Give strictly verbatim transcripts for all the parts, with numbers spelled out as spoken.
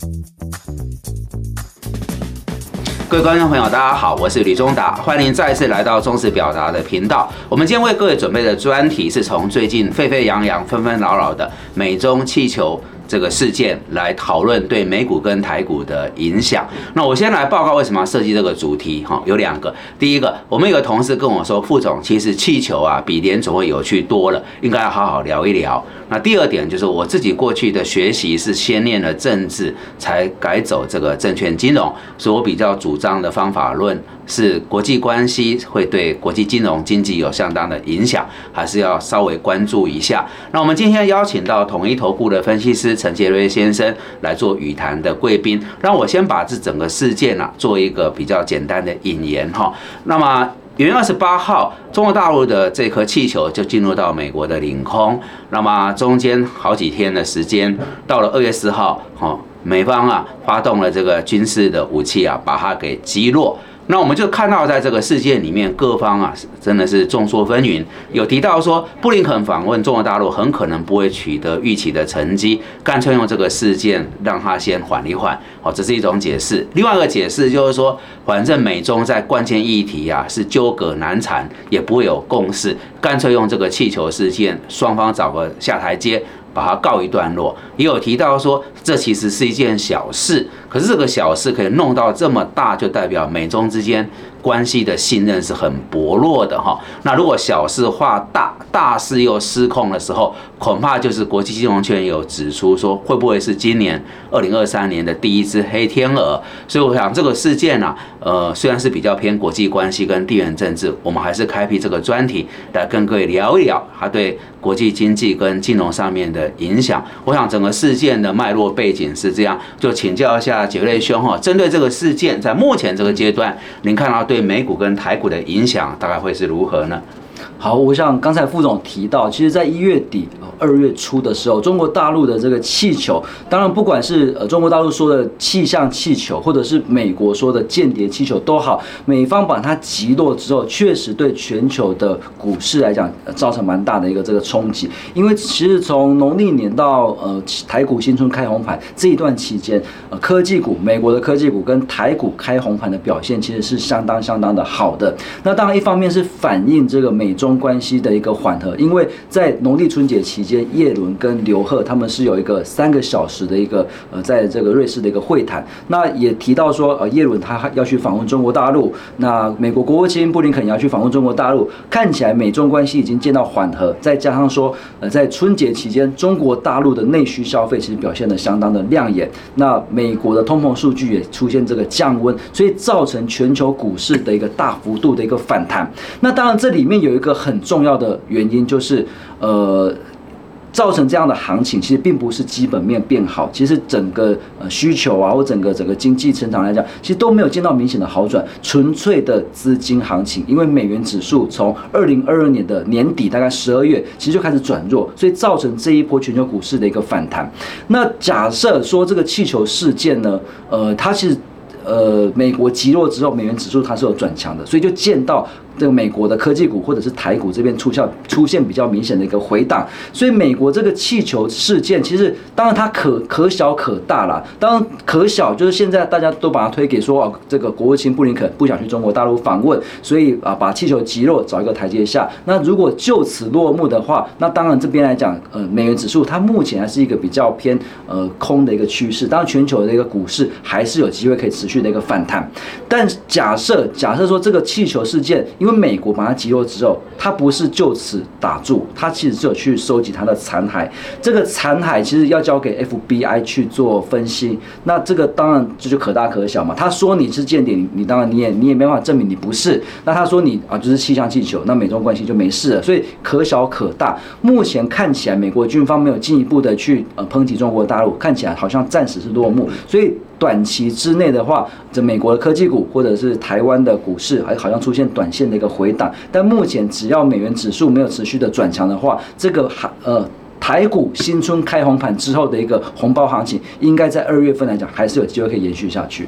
各位观众朋友，大家好，我是李忠达，欢迎再次来到中时表达的频道。我们今天为各位准备的专题是从最近沸沸扬扬、纷纷扰扰的美中气球这个事件来讨论对美股跟台股的影响。那我先来报告为什么要设计这个主题哈，有两个。第一个，我们有个同事跟我说，副总，其实气球啊比联总会有趣多了，应该要好好聊一聊。那第二点就是我自己过去的学习是先念了政治，才改走这个证券金融，所以我比较主张的方法论是国际关系会对国际金融经济有相当的影响，还是要稍微关注一下。那我们今天邀请到统一投顾的分析师陈杰瑞先生来做语谈的贵宾，让我先把这整个事件啊做一个比较简单的引言哈。那么元月二十八号，中国大陆的这颗气球就进入到美国的领空，那么中间好几天的时间，到了二月四号，哈，美方啊发动了这个军事的武器啊，把它给击落。那我们就看到，在这个事件里面，各方啊真的是众说纷纭。有提到说，布林肯访问中国大陆很可能不会取得预期的成绩，干脆用这个事件让他先缓一缓。好，这是一种解释。另外一个解释就是说，反正美中在关键议题啊是纠葛难缠，也不会有共识，干脆用这个气球事件，双方找个下台阶，把它告一段落。也有提到说，这其实是一件小事，可是这个小事可以弄到这么大，就代表美中之间关系的信任是很薄弱的哈。那如果小事化大，大事又失控的时候，恐怕就是国际金融圈有指出说，会不会是今年二零二三年的第一只黑天鹅？所以我想这个事件啊，呃，虽然是比较偏国际关系跟地缘政治，我们还是开辟这个专题来跟各位聊一聊它对国际经济跟金融上面的影响。我想整个事件的脉络背景是这样，就请教一下杰瑞兄哈，针对这个事件，在目前这个阶段，您看到对美股跟台股的影响大概会是如何呢？ 好，我想刚才副总提到，其实在一月底、二月初的时候，中国大陆的这个气球，当然不管是呃中国大陆说的气象气球，或者是美国说的间谍气球都好，美方把它击落之后，确实对全球的股市来讲，呃、造成蛮大的一个这个冲击。因为其实从农历年到呃台股新春开红盘这一段期间，呃科技股、美国的科技股跟台股开红盘的表现，其实是相当相当的好的。那当然一方面是反映这个美中关系的一个缓和，因为在农历春节期间，叶伦跟刘鹤他们是有一个三个小时的一个呃，在这个瑞士的一个会谈。那也提到说，呃，叶伦他要去访问中国大陆，那美国国务卿布林肯也要去访问中国大陆。看起来美中关系已经见到缓和，再加上说，呃，在春节期间，中国大陆的内需消费其实表现得相当的亮眼。那美国的通膨数据也出现这个降温，所以造成全球股市的一个大幅度的一个反弹。那当然这里面有一个很重要的原因就是，呃，造成这样的行情，其实并不是基本面变好，其实整个呃需求啊，或整个整个经济成长来讲，其实都没有见到明显的好转，纯粹的资金行情。因为美元指数从二零二二年的年底大概十二月，其实就开始转弱，所以造成这一波全球股市的一个反弹。那假设说这个气球事件呢，呃，它其实。呃，美国击落之后，美元指数它是有转强的，所以就见到这个美国的科技股或者是台股这边出现出现比较明显的一个回档。所以美国这个气球事件，其实当然它可可小可大啦。当然可小就是现在大家都把它推给说，哦，这个国务卿布林肯不想去中国大陆访问，所以啊把气球击落，找一个台阶下。那如果就此落幕的话，那当然这边来讲，呃，美元指数它目前还是一个比较偏呃空的一个趋势。当然全球的一个股市还是有机会可以持续的一个反弹，但假设假设说这个气球事件，因为美国把它击落之后，它不是就此打住，它其实只有去收集它的残骸。这个残骸其实要交给 F B I 去做分析，那这个当然这就可大可小嘛。他说你是间谍，你你当然你也你也没办法证明你不是。那他说你啊就是气象气球，那美中关系就没事了。所以可小可大。目前看起来，美国军方没有进一步的去呃抨击中国大陆，看起来好像暂时是落幕。所以短期之内的话，这美国的科技股或者是台湾的股市，还好像出现短线的一个回档。但目前只要美元指数没有持续的转强的话，这个呃台股新春开红盘之后的一个红包行情，应该在二月份来讲还是有机会可以延续下去。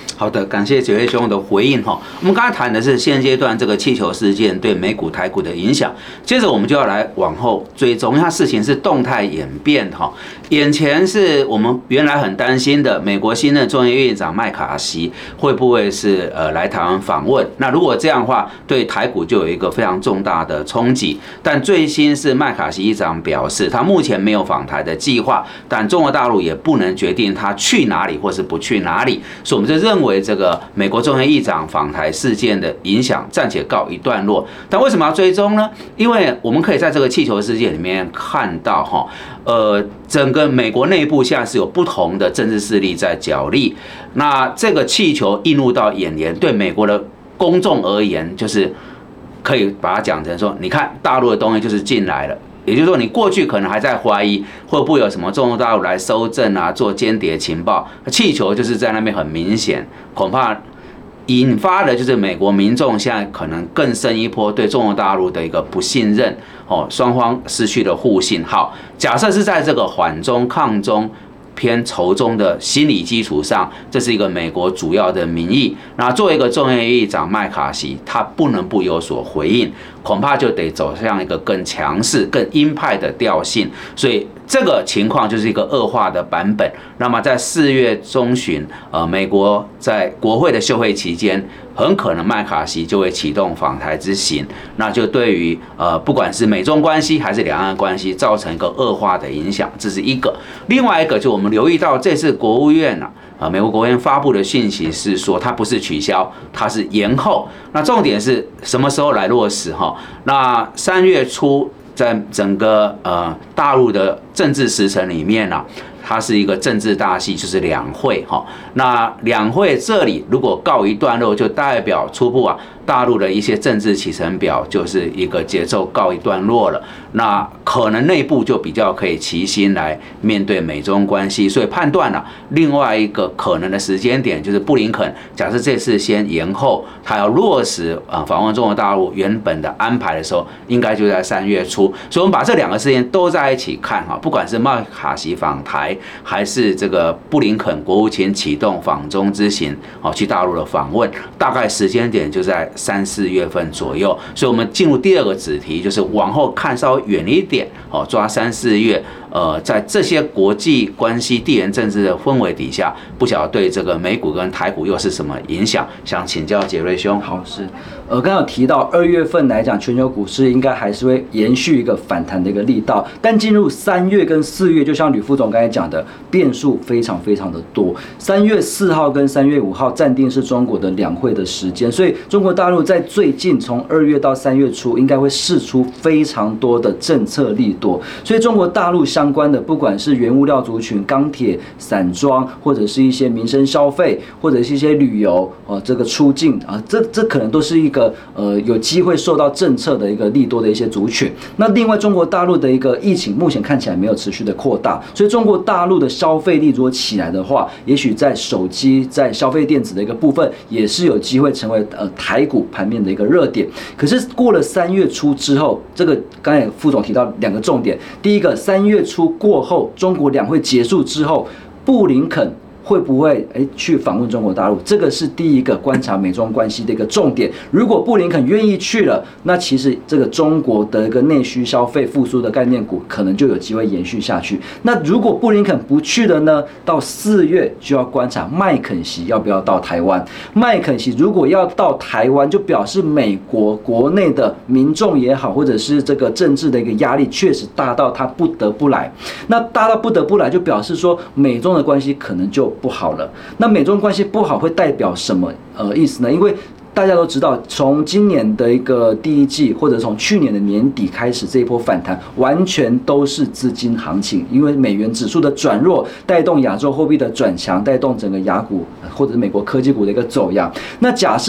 好的，感谢九月兄的回应哈。我们刚才谈的是现阶段这个气球事件对美股、台股的影响，接着我们就要来往后追踪，因为它事情是动态演变哈。眼前是我们原来很担心的，美国新任众议院长麦卡锡会不会是呃来台湾访问？那如果这样的话，对台股就有一个非常重大的冲击。但最新是麦卡锡议长表示，他目前没有访台的计划，但中国大陆也不能决定他去哪里或是不去哪里，所以我们就认为。为这个美国众议议长访台事件的影响暂且告一段落，但为什么要追踪呢？因为我们可以在这个气球事件里面看到，哈，呃，整个美国内部现在是有不同的政治势力在角力。那这个气球映入到眼帘，对美国的公众而言，就是可以把它讲成说，你看大陆的东西就是进来了。也就是说，你过去可能还在怀疑会不会有什么中国大陆来搜证啊，做间谍情报，气球就是在那边很明显，恐怕引发的就是美国民众现在可能更深一波对中国大陆的一个不信任哦，双方失去了互信。好，假设是在这个缓中、抗中偏仇中的心理基础上，这是一个美国主要的民意。那作为一个众议院长麦卡锡，他不能不有所回应，恐怕就得走向一个更强势、更鹰派的调性。所以这个情况就是一个恶化的版本。那么在四月中旬，呃，美国在国会的休会期间，很可能麦卡锡就会启动访台之行，那就对于呃不管是美中关系还是两岸关系造成一个恶化的影响，这是一个。另外一个就我们留意到这次国务院啊，啊美国国务院发布的讯息是说，它不是取消，它是延后。那重点是什么时候来落实哈？那三月初在整个呃大陆的政治时程里面啊。它是一个政治大戏，就是两会哈。那两会这里如果告一段落，就代表初步啊，大陆的一些政治起承表就是一个节奏告一段落了。那可能内部就比较可以齐心来面对美中关系，所以判断了、啊、另外一个可能的时间点就是布林肯，假设这次先延后，他要落实啊访问中国大陆原本的安排的时候，应该就在三月初。所以我们把这两个事件都在一起看哈，不管是麦卡锡访台。还是这个布林肯国务卿启动访中之行，哦，去大陆的访问，大概时间点就在三四月份左右。所以，我们进入第二个子题，就是往后看稍微远一点，哦，抓三四月。呃，在这些国际关系、地缘政治的氛围底下，不晓得对这个美股跟台股又是什么影响？想请教杰瑞兄。 好，是，呃，刚刚有提到二月份来讲，全球股市应该还是会延续一个反弹的一个力道，但进入三月跟四月，就像吕副总刚才讲的，变数非常非常的多。三月四号跟三月五号暂定是中国的两会的时间，所以中国大陆在最近从二月到三月初，应该会释出非常多的政策利多，所以中国大陆相关的，不管是原物料族群、钢铁、散装，或者是一些民生消费，或者是一些旅游，呃，这个出境啊，这这可能都是一个呃有机会受到政策的一个利多的一些族群。那另外，中国大陆的一个疫情目前看起来没有持续的扩大，所以中国大陆的消费力如果起来的话，也许在手机、在消费电子的一个部分，也是有机会成为呃台股盘面的一个热点。可是过了三月初之后，这个刚才副总提到两个重点，第一个，三月初过后，中国两会结束之后，布林肯会不会哎去访问中国大陆？这个是第一个观察美中关系的一个重点。如果布林肯愿意去了，那其实这个中国的一个内需消费复苏的概念股可能就有机会延续下去。那如果布林肯不去了呢？到四月就要观察麦肯锡要不要到台湾。麦肯锡如果要到台湾，就表示美国国内的民众也好，或者是这个政治的一个压力确实大到他不得不来。那大到不得不来，就表示说美中的关系可能就不好了。那美中关系不好会代表什么呃意思呢？因为大家都知道，从今年的一个第一季，或者从去年的年底开始，这一波反弹完全都是资金行情，因为美元指数的转弱，带动亚洲货币的转强，带动整个亚股或者美国科技股的一个走扬。那假设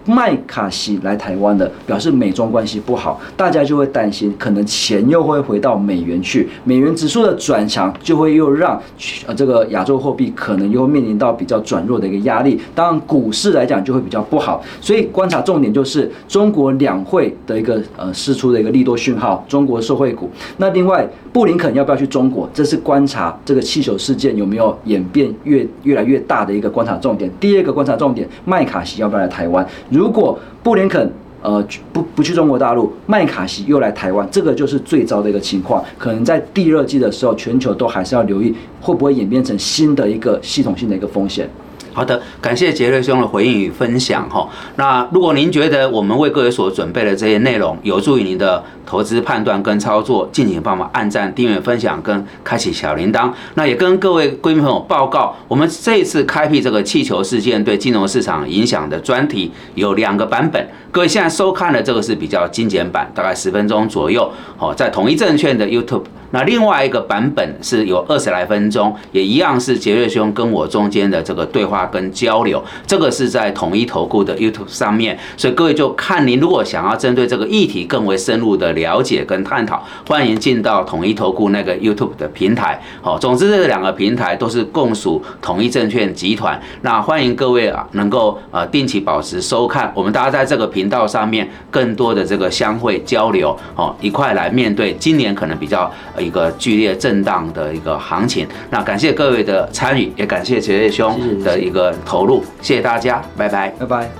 麦卡锡来台湾的，表示美中关系不好，大家就会担心，可能钱又会回到美元去，美元指数的转强就会又让呃这个亚洲货币可能又面临到比较转弱的一个压力。当然，股市来讲就会比较不好。所以观察重点就是中国两会的一个呃释出的一个利多讯号，中国受惠股。那另外，布林肯要不要去中国，这是观察这个气球事件有没有演变越越来越大的一个观察重点。第二个观察重点，麦卡锡要不要来台湾？如果布林肯呃不不去中国大陆，麦卡锡又来台湾，这个就是最糟的一个情况。可能在第二季的时候，全球都还是要留意会不会演变成新的一个系统性的一个风险。 好的，感谢杰瑞兄的回应与分享哈。那如果您觉得我们为各位所准备的这些内容有助于您的投资判断跟操作，敬请帮忙按赞、订阅、分享跟开启小铃铛。那也跟各位闺蜜朋友报告，我们这一次开辟这个气球事件对金融市场影响的专题有两个版本。各位现在收看的这个是比较精简版，大概十分钟左右，哦，在统一证券的 YouTube。那另外一个版本是有二十来分钟，也一样是杰瑞兄跟我中间的这个对话跟交流，这个是在统一投顾的 YouTube 上面，所以各位就看您如果想要针对这个议题更为深入的了解跟探讨，欢迎进到统一投顾那个 YouTube 的平台。好，总之这两个平台都是共属统一证券集团，那欢迎各位啊能够呃定期保持收看，我们大家在这个频道上面更多的这个相会交流，哦，一块来面对今年可能比较一个剧烈震荡的一个行情。那感谢各位的参与，也感谢杰瑞兄的一个投入，谢谢大家，拜拜， 拜拜。